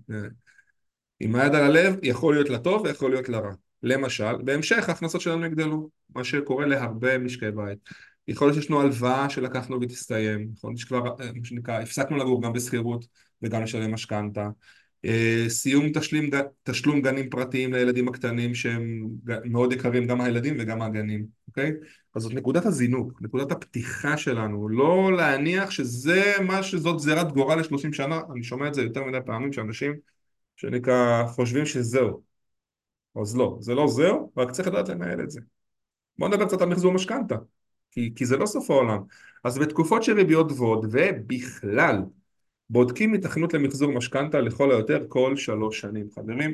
עם היד על הלב, יכול להיות לטוב ויכול להיות לרע. למשל, בהמשך ההכנסות שלנו יגדלו, מה שקורה להרבה משקי בית. יכול להיות שישנו הלוואה שלקחנו ותסתיים, יכול להיות שכבר, אה, מה שנקרא, הפסקנו לגור גם בשכירות וגם לשלם משכנתא. אה, סיום תשלים, תשלום גנים פרטיים לילדים הקטנים שהם מאוד יקרים, גם הילדים וגם הגנים, אוקיי? אז זאת נקודת הזינוק, נקודת הפתיחה שלנו, לא להניח שזה מה שזאת גזירת גורל ל-שלושים שנה, אני שומע את זה יותר מדי פעמים שאנשים שנקרא חושבים שזהו, אז לא, זה לא זהו, רק צריך לדעת לנהל את זה. בואו נדבר קצת על מחזור משכנתא, כי, כי זה לא סוף העולם. אז בתקופות של ריביות גבוהות ובכלל בודקים היתכנות למחזור משכנתא לכל היותר כל שלוש שנים, חברים.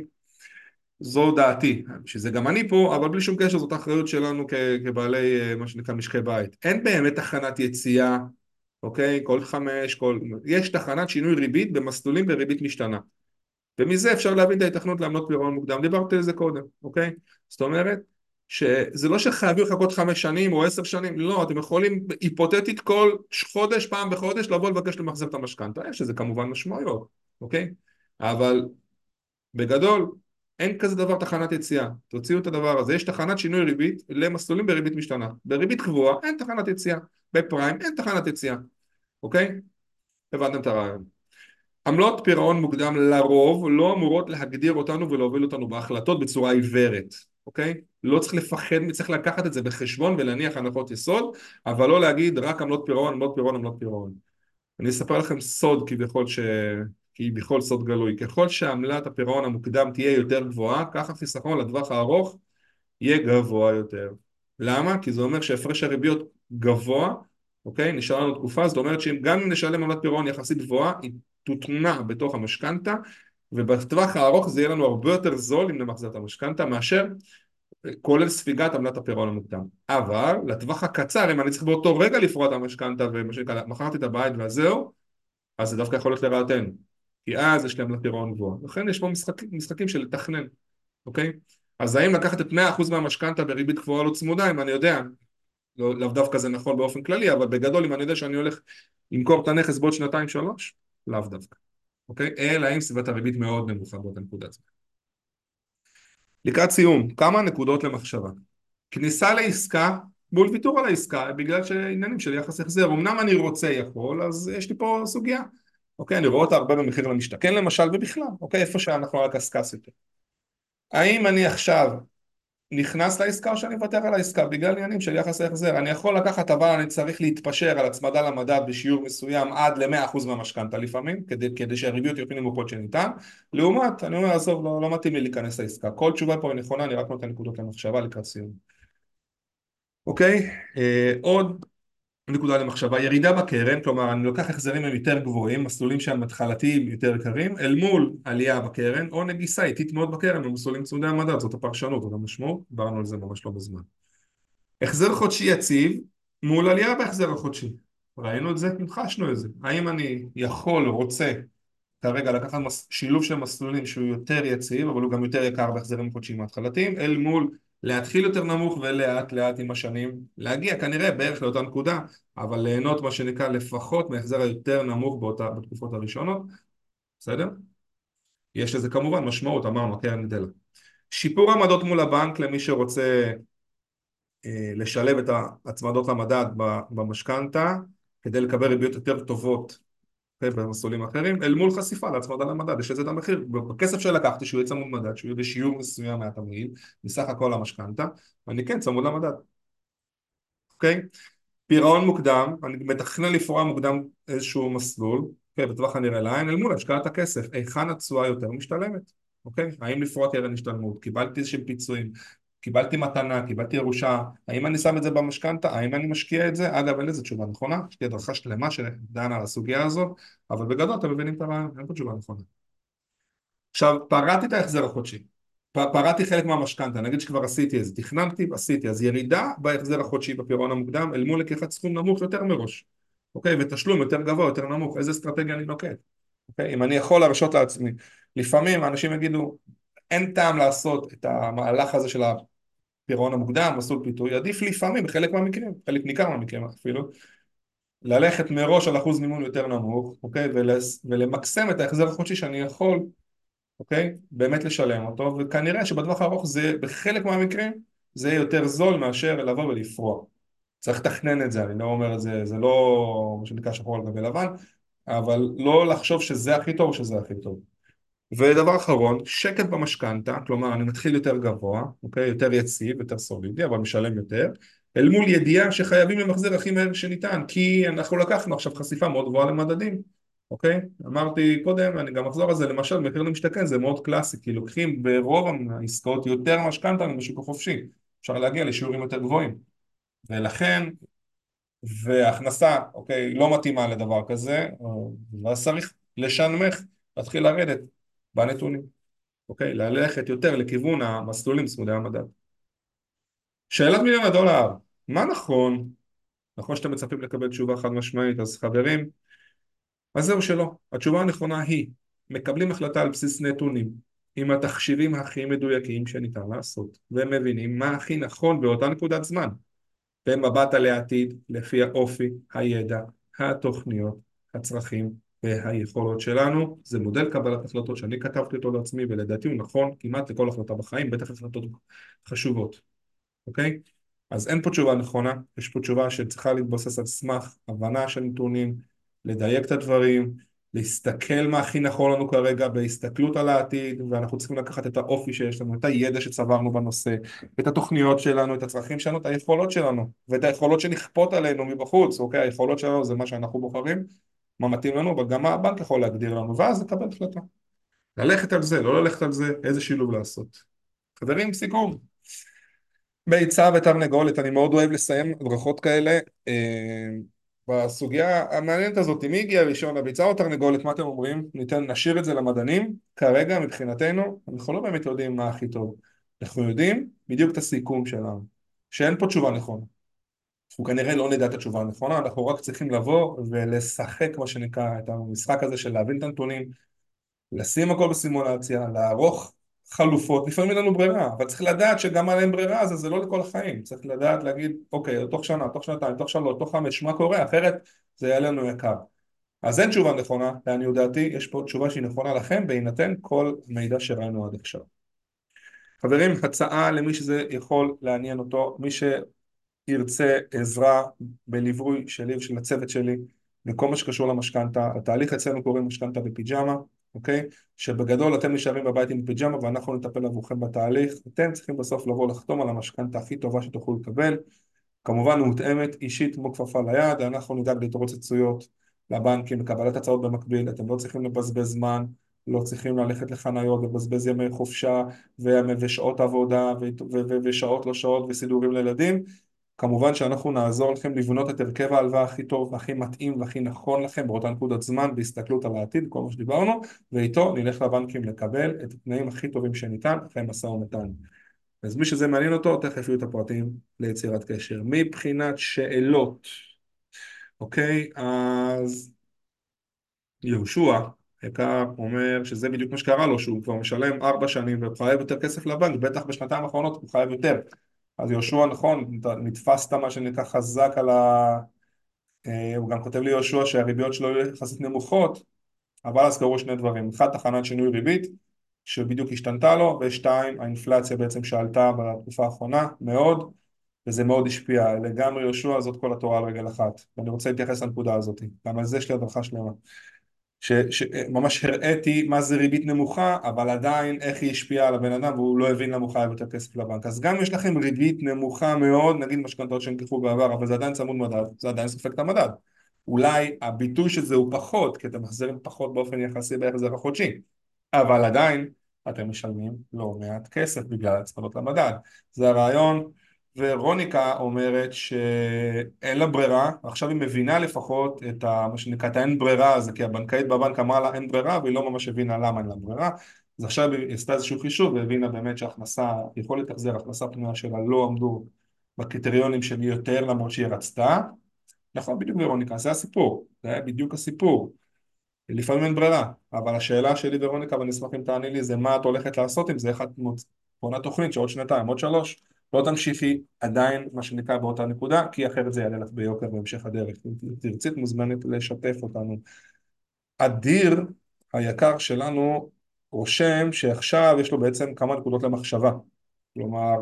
זו דעתי, שזה גם אני פה, אבל בלי שום קשר זאת האחריות שלנו כ, כבעלי אה, מה שנקרא משקי בית. אין באמת תחנת יציאה, אוקיי? כל חמש, כל... יש תחנת שינוי ריבית במסלולים בריבית משתנה. ומזה אפשר להבין את ההיתכנות לעמלות פירעון מוקדם, דיברתי על זה קודם, אוקיי? זאת אומרת שזה לא שחייבים לחכות חמש שנים או עשר שנים, לא, אתם יכולים היפותטית כל חודש, פעם בחודש, לבוא לבקש למחזר את המשכנתא, יש לזה כמובן משמעויות, אוקיי? אבל בגדול אין כזה דבר תחנת יציאה, תוציאו את הדבר הזה, יש תחנת שינוי ריבית למסלולים בריבית משתנה, בריבית קבועה אין תחנת יציאה, בפריים אין תחנת יציאה, אוקיי? הבנתם את הרעיון. עמלות פירעון מוקדם לרוב לא אמורות להגדיר אותנו ולהוביל אותנו בהחלטות בצורה עיוורת, אוקיי? לא צריך לפחד, צריך לקחת את זה בחשבון ולהניח הנחות יסוד, אבל לא להגיד רק עמלות פירעון, עמלות פירעון, עמלות פירעון. אני אספר לכם סוד כביכול ש... כביכול סוד גלוי. ככל שעמלת הפירעון המוקדם תהיה יותר גבוהה, כך החיסכון לטווח הארוך יהיה גבוה יותר. למה? כי זה אומר שהפרש הריביות גבוה, אוקיי? נשאר לנו תקופה, זאת אומרת שאם גם אם נשלם עמלת פירעון יחסית גבוהה, היא תותנה בתוך המשכנתא, ובטווח הארוך זה יהיה לנו הרבה יותר זול אם נמחזר את המשכנתא מאשר כולל ספיגת עמלת הפירעון המוקדם. אבל לטווח הקצר, אם אני צריך באותו רגע לפרוע את המשכנתא ומה שנקרא, מכרתי את הבית וזהו, אז זה דווקא יכול להיות לרעתנו. כי אז יש לי עמלת פירעון גבוהה. לכן יש פה משחק, משחקים של לתכנן. אוקיי? אז האם לקחת את מאה אחוז מהמשכנתא בריבית קבועה לא צמודה, אם אני יודע, לא, לאו דווקא זה נכון באופן כללי, אבל בגדול אם אני יודע שאני הולך למכור את הנכס בעוד שנתיים שלוש, לאו דווקא, אוקיי? אלא אם סביבת הריבית מאוד נמוכה באותה נקודת זמן. לקראת סיום, כמה נקודות למחשבה. כניסה לעסקה מול ויתור על העסקה, בגלל שעניינים של יחס החזר, אמנם אני רוצה יכול, אז יש לי פה סוגיה. אוקיי, אני רואה אותה הרבה במחיר למשתכן למשל, ובכלל, אוקיי, איפה שאנחנו רק קסקס יותר. האם אני עכשיו נכנס לעסקה או שאני מוותר על העסקה בגלל עניינים של יחס ההחזר? אני יכול לקחת אבל אני צריך להתפשר על הצמדה למדד בשיעור מסוים עד ל-מאה אחוז מהמשכנתא לפעמים כדי, כדי שהריביות יהיו נמוכות שניתן. לעומת, אני אומר עזוב, לא, לא מתאים לי להיכנס לעסקה. כל תשובה פה היא נכונה, אני רק נותן נקודות למחשבה לקראת סיום. אוקיי, אה, עוד נקודה למחשבה, ירידה בקרן, כלומר אני לוקח החזרים הם יותר גבוהים, מסלולים שהם התחלתיים יותר יקרים, אל מול עלייה בקרן, או נגיסה איטית מאוד בקרן במסלולים צמודי המדד, זאת הפרשנות, זאת המשמעות, דיברנו על זה ממש לא בזמן. החזר חודשי יציב מול עלייה בהחזר החודשי, ראינו את זה, המחשנו את זה, האם אני יכול, רוצה, כרגע לקחת מס... שילוב של מסלולים שהוא יותר יציב, אבל הוא גם יותר יקר בהחזרים חודשיים התחלתיים, אל מול להתחיל יותר נמוך ולאט לאט עם השנים, להגיע כנראה בערך לאותה נקודה, אבל ליהנות מה שנקרא לפחות מהחזר היותר נמוך באותה, בתקופות הראשונות, בסדר? יש לזה כמובן משמעות, אמרנו, הקרן גדלה. שיפור עמדות מול הבנק למי שרוצה אה, לשלב את ההצמדות למדד במשכנתה, כדי לקבל ריביות יותר טובות במסלולים אחרים, אל מול חשיפה להצמדה למדד, יש לזה את המחיר, בכסף שלקחתי שהוא יהיה צמוד מדד, שהוא יהיה בשיעור מסוים מהתמהיל, מסך הכל המשכנתה, ואני כן צמוד למדד, אוקיי? פירעון מוקדם, אני מתכנן לפרוע מוקדם איזשהו מסלול, אוקיי, בטווח הנראה לעין, אל מול השקעת הכסף, היכן התשואה יותר משתלמת, אוקיי? האם לפרוע קרן השתלמות, קיבלתי איזשהם פיצויים, קיבלתי מתנה, קיבלתי ירושה, האם אני שם את זה במשכנתה, האם אני משקיע את זה? אגב, אין לזה תשובה נכונה, יש לי הדרכה שלמה שדנה על הסוגיה הזו, אבל בגדול אתם מבינים את הרעיון, אין פה תשובה נכונה. עכשיו, פרעתי את ההחזר החודשי, פ- פרעתי חלק מהמשכנתה, נגיד שכבר עשיתי את זה, תכננתי, עשיתי, אז ירידה בהחזר החודשי בפירעון המוקדם, אל מול לקיחת סכום נמוך יותר מראש, אוקיי, ותשלום יותר גבוה, יותר נמוך, איזה אסטרטגיה אני נוקט, אוקיי, אם אני יכול להרשות לעצמי, לפעמים האנשים יגידו, אין טעם לעשות את המהלך הזה של הפירעון המוקדם, מסלול פיתוי, עדיף לפעמים, בחלק מהמקרים, חלק ניכר מהמקרים אפילו, ללכת מראש על אחוז מימון יותר נמוך, אוקיי, ולס, ולמקסם את ההחזר החודשי שאני יכול, אוקיי, באמת לשלם אותו, וכנראה שבטווח הארוך זה, בחלק מהמקרים, זה יהיה יותר זול מאשר לבוא ולפרוע. צריך לתכנן את זה, אני לא אומר את זה, זה לא מה שנקרא שחור על גבי לבן, אבל לא לחשוב שזה הכי טוב או שזה הכי טוב. ודבר אחרון, שקט במשכנתה, כלומר אני מתחיל יותר גבוה, אוקיי, יותר יציב, יותר סולידי, אבל משלם יותר, אל מול ידיעה שחייבים למחזר הכי מהר שניתן, כי אנחנו לקחנו עכשיו חשיפה מאוד גבוהה למדדים, אוקיי? אמרתי קודם, אני גם אחזור על זה, למשל מחיר למשתכן זה מאוד קלאסי, כי לוקחים ברוב העסקאות יותר משכנתה משוק החופשי, אפשר להגיע לשיעורים יותר גבוהים, ולכן, והכנסה, אוקיי, לא מתאימה לדבר כזה, ואז צריך לשנמך, להתחיל לרדת בנתונים, אוקיי? ללכת יותר לכיוון המסלולים צמודי המדד. שאלת מיליון הדולר, מה נכון? נכון שאתם מצפים לקבל תשובה חד משמעית, אז חברים, אז זהו שלא. התשובה הנכונה היא, מקבלים החלטה על בסיס נתונים, עם התחשיבים הכי מדויקים שניתן לעשות, והם מבינים מה הכי נכון באותה נקודת זמן. במבט על העתיד לפי האופי, הידע, התוכניות, הצרכים והיכולות שלנו. זה מודל קבלת החלטות שאני כתבתי אותו לעצמי ולדעתי הוא נכון כמעט לכל החלטה בחיים, בטח החלטות חשובות, אוקיי? אז אין פה תשובה נכונה, יש פה תשובה שצריכה להתבסס על סמך הבנה של נתונים, לדייק את הדברים, להסתכל מה הכי נכון לנו כרגע בהסתכלות על העתיד, ואנחנו צריכים לקחת את האופי שיש לנו, את הידע שצברנו בנושא, את התוכניות שלנו, את הצרכים שלנו, את היכולות שלנו, ואת היכולות שנכפות עלינו מבחוץ, אוקיי? היכולות שלנו זה מה שאנחנו בוחרים, מה מתאים לנו, אבל גם מה הבנק יכול להגדיר לנו, ואז לקבל החלטה. ללכת על זה, לא ללכת על זה, איזה שילוב לעשות. חברים, סיכום. ביצה ותרנגולת, אני מאוד אוהב לסיים הדרכות כאלה אה, בסוגיה המעניינת הזאת, מי הגיע ראשון, הביצה או תרנגולת, מה אתם אומרים? ניתן, נשאיר את זה למדענים, כרגע מבחינתנו, אנחנו לא באמת יודעים מה הכי טוב, אנחנו יודעים בדיוק את הסיכום שלנו, שאין פה תשובה נכונה, אנחנו כנראה לא נדע את התשובה הנכונה, אנחנו רק צריכים לבוא ולשחק מה שנקרא את המשחק הזה של להבין את הנתונים, לשים הכל בסימולציה, לערוך חלופות, לפעמים אין לנו ברירה, אבל צריך לדעת שגם על אין ברירה, אז זה לא לכל החיים, צריך לדעת להגיד, אוקיי, תוך שנה, תוך שנתיים, תוך שלוש, תוך חמש, מה קורה, אחרת זה יעלה לנו יקר. אז אין תשובה נכונה, לעניות דעתי, יש פה תשובה שהיא נכונה לכם, בהינתן כל מידע שראינו עד עכשיו. חברים, הצעה למי שזה יכול לעניין אותו, מי ירצה עזרה בליווי שלי ושל הצוות שלי בכל מה שקשור למשכנתה, התהליך אצלנו קוראים משכנתה בפיג'מה, אוקיי? שבגדול אתם נשארים בבית עם פיג'מה ואנחנו נטפל עבורכם בתהליך, אתם צריכים בסוף לבוא לחתום על המשכנתה הכי טובה שתוכלו לקבל, כמובן מותאמת אישית כמו כפפה ליד, אנחנו נדאג להתרוצצויות לבנקים, לקבלת הצעות במקביל, אתם לא צריכים לבזבז זמן, לא צריכים ללכת לחניות, לבזבז ימי חופשה ושעות עבודה ושעות לא שעות וסידורים לילדים, כמובן שאנחנו נעזור לכם לבנות את הרכב ההלוואה הכי טוב והכי מתאים והכי נכון לכם באותה נקודת זמן בהסתכלות על העתיד, כל מה שדיברנו, ואיתו נלך לבנקים לקבל את התנאים הכי טובים שניתן אחרי משא ומתן. אז מי שזה מעניין אותו, תכף יהיו את הפרטים ליצירת קשר. מבחינת שאלות, אוקיי, אז יהושע יקר אומר שזה בדיוק מה שקרה לו, שהוא כבר משלם ארבע שנים והוא חייב יותר כסף לבנק, בטח בשנתיים האחרונות הוא חייב יותר. אז יהושע, נכון, נתפסת מה שנקרא חזק על ה... אה, הוא גם כותב לי יהושע שהריביות שלו היו יחסית נמוכות, אבל אז קרו שני דברים: אחד, תחנת שינוי ריבית שבדיוק השתנתה לו, ושתיים, האינפלציה בעצם שעלתה בתקופה האחרונה מאוד, וזה מאוד השפיע. לגמרי יהושע, זאת כל התורה על רגל אחת, ואני רוצה להתייחס לנקודה הזאת, גם על זה יש לי הדרכה שלמה. שממש הראיתי מה זה ריבית נמוכה, אבל עדיין איך היא השפיעה על הבן אדם והוא לא הבין למה הוא חייב יותר כסף לבנק. אז גם יש לכם ריבית נמוכה מאוד, נגיד משכנתאות שנלקחו בעבר, אבל זה עדיין צמוד מדד, זה עדיין סופג את המדד. אולי הביטוי של זה הוא פחות, כי אתם מחזירים פחות באופן יחסי בהחזר החודשי, אבל עדיין אתם משלמים לא מעט כסף בגלל הצמדות למדד. זה הרעיון. ורוניקה אומרת שאין לה ברירה, עכשיו היא מבינה לפחות את ה, מה שנקרא את האין ברירה הזה, כי הבנקאית בבנק אמרה לה אין ברירה והיא לא ממש הבינה למה אין לה ברירה. אז עכשיו היא עשתה איזשהו חישוב והבינה באמת שהכנסה, יכולת החזר, הכנסה פנויה שלה לא עמדו בקריטריונים של יותר למרות שהיא רצתה. נכון, בדיוק ורוניקה, זה הסיפור, זה היה בדיוק הסיפור. לפעמים אין ברירה, אבל השאלה שלי ורוניקה, ואני אשמח אם תעני לי, זה מה את הולכת לעשות עם זה, איך את בונה תוכנית שעוד שנתיים, עוד שלוש, לא תמשיכי עדיין מה שנקרא באותה נקודה, כי אחרת זה יעלה לך ביוקר בהמשך הדרך. אם תרצי, את מוזמנת לשתף אותנו. אדיר היקר שלנו רושם שעכשיו יש לו בעצם כמה נקודות למחשבה, כלומר,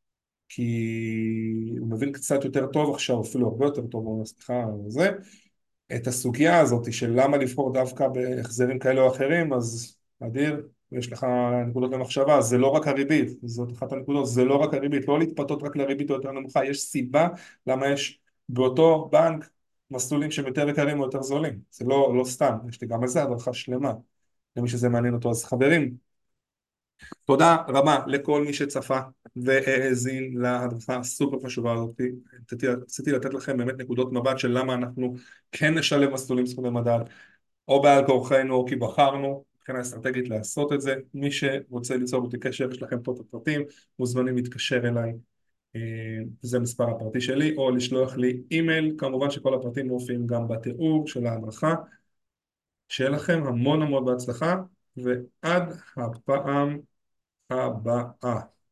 כי הוא מבין קצת יותר טוב עכשיו, אפילו הרבה יותר טוב, הוא אומר, סליחה, זה, את הסוגיה הזאת של למה לבחור דווקא בהחזרים כאלה או אחרים. אז אדיר, יש לך נקודות למחשבה, זה לא רק הריבית, זאת אחת הנקודות, זה לא רק הריבית, לא להתפתות רק לריבית או יותר נמוכה, יש סיבה למה יש באותו בנק מסלולים שהם יותר יקרים או יותר זולים, זה לא, לא סתם, יש לי גם על זה הדרכה שלמה, למי שזה מעניין אותו. אז חברים, תודה רבה לכל מי שצפה והאזין להדרכה הסופר חשובה הזאת. רציתי לתת לכם באמת נקודות מבט של למה אנחנו כן נשלב מסלולים צמודי מדד, או בעל כורחנו או כי בחרנו, מבחינה אסטרטגית לעשות את זה. מי שרוצה ליצור איתי קשר, יש לכם פה את הפרטים, מוזמנים להתקשר אליי, אה, זה המספר הפרטי שלי, או לשלוח לי אימייל, כמובן שכל הפרטים מופיעים גם בתיאור של ההדרכה. שיהיה לכם המון המון בהצלחה, ועד הפעם הבאה.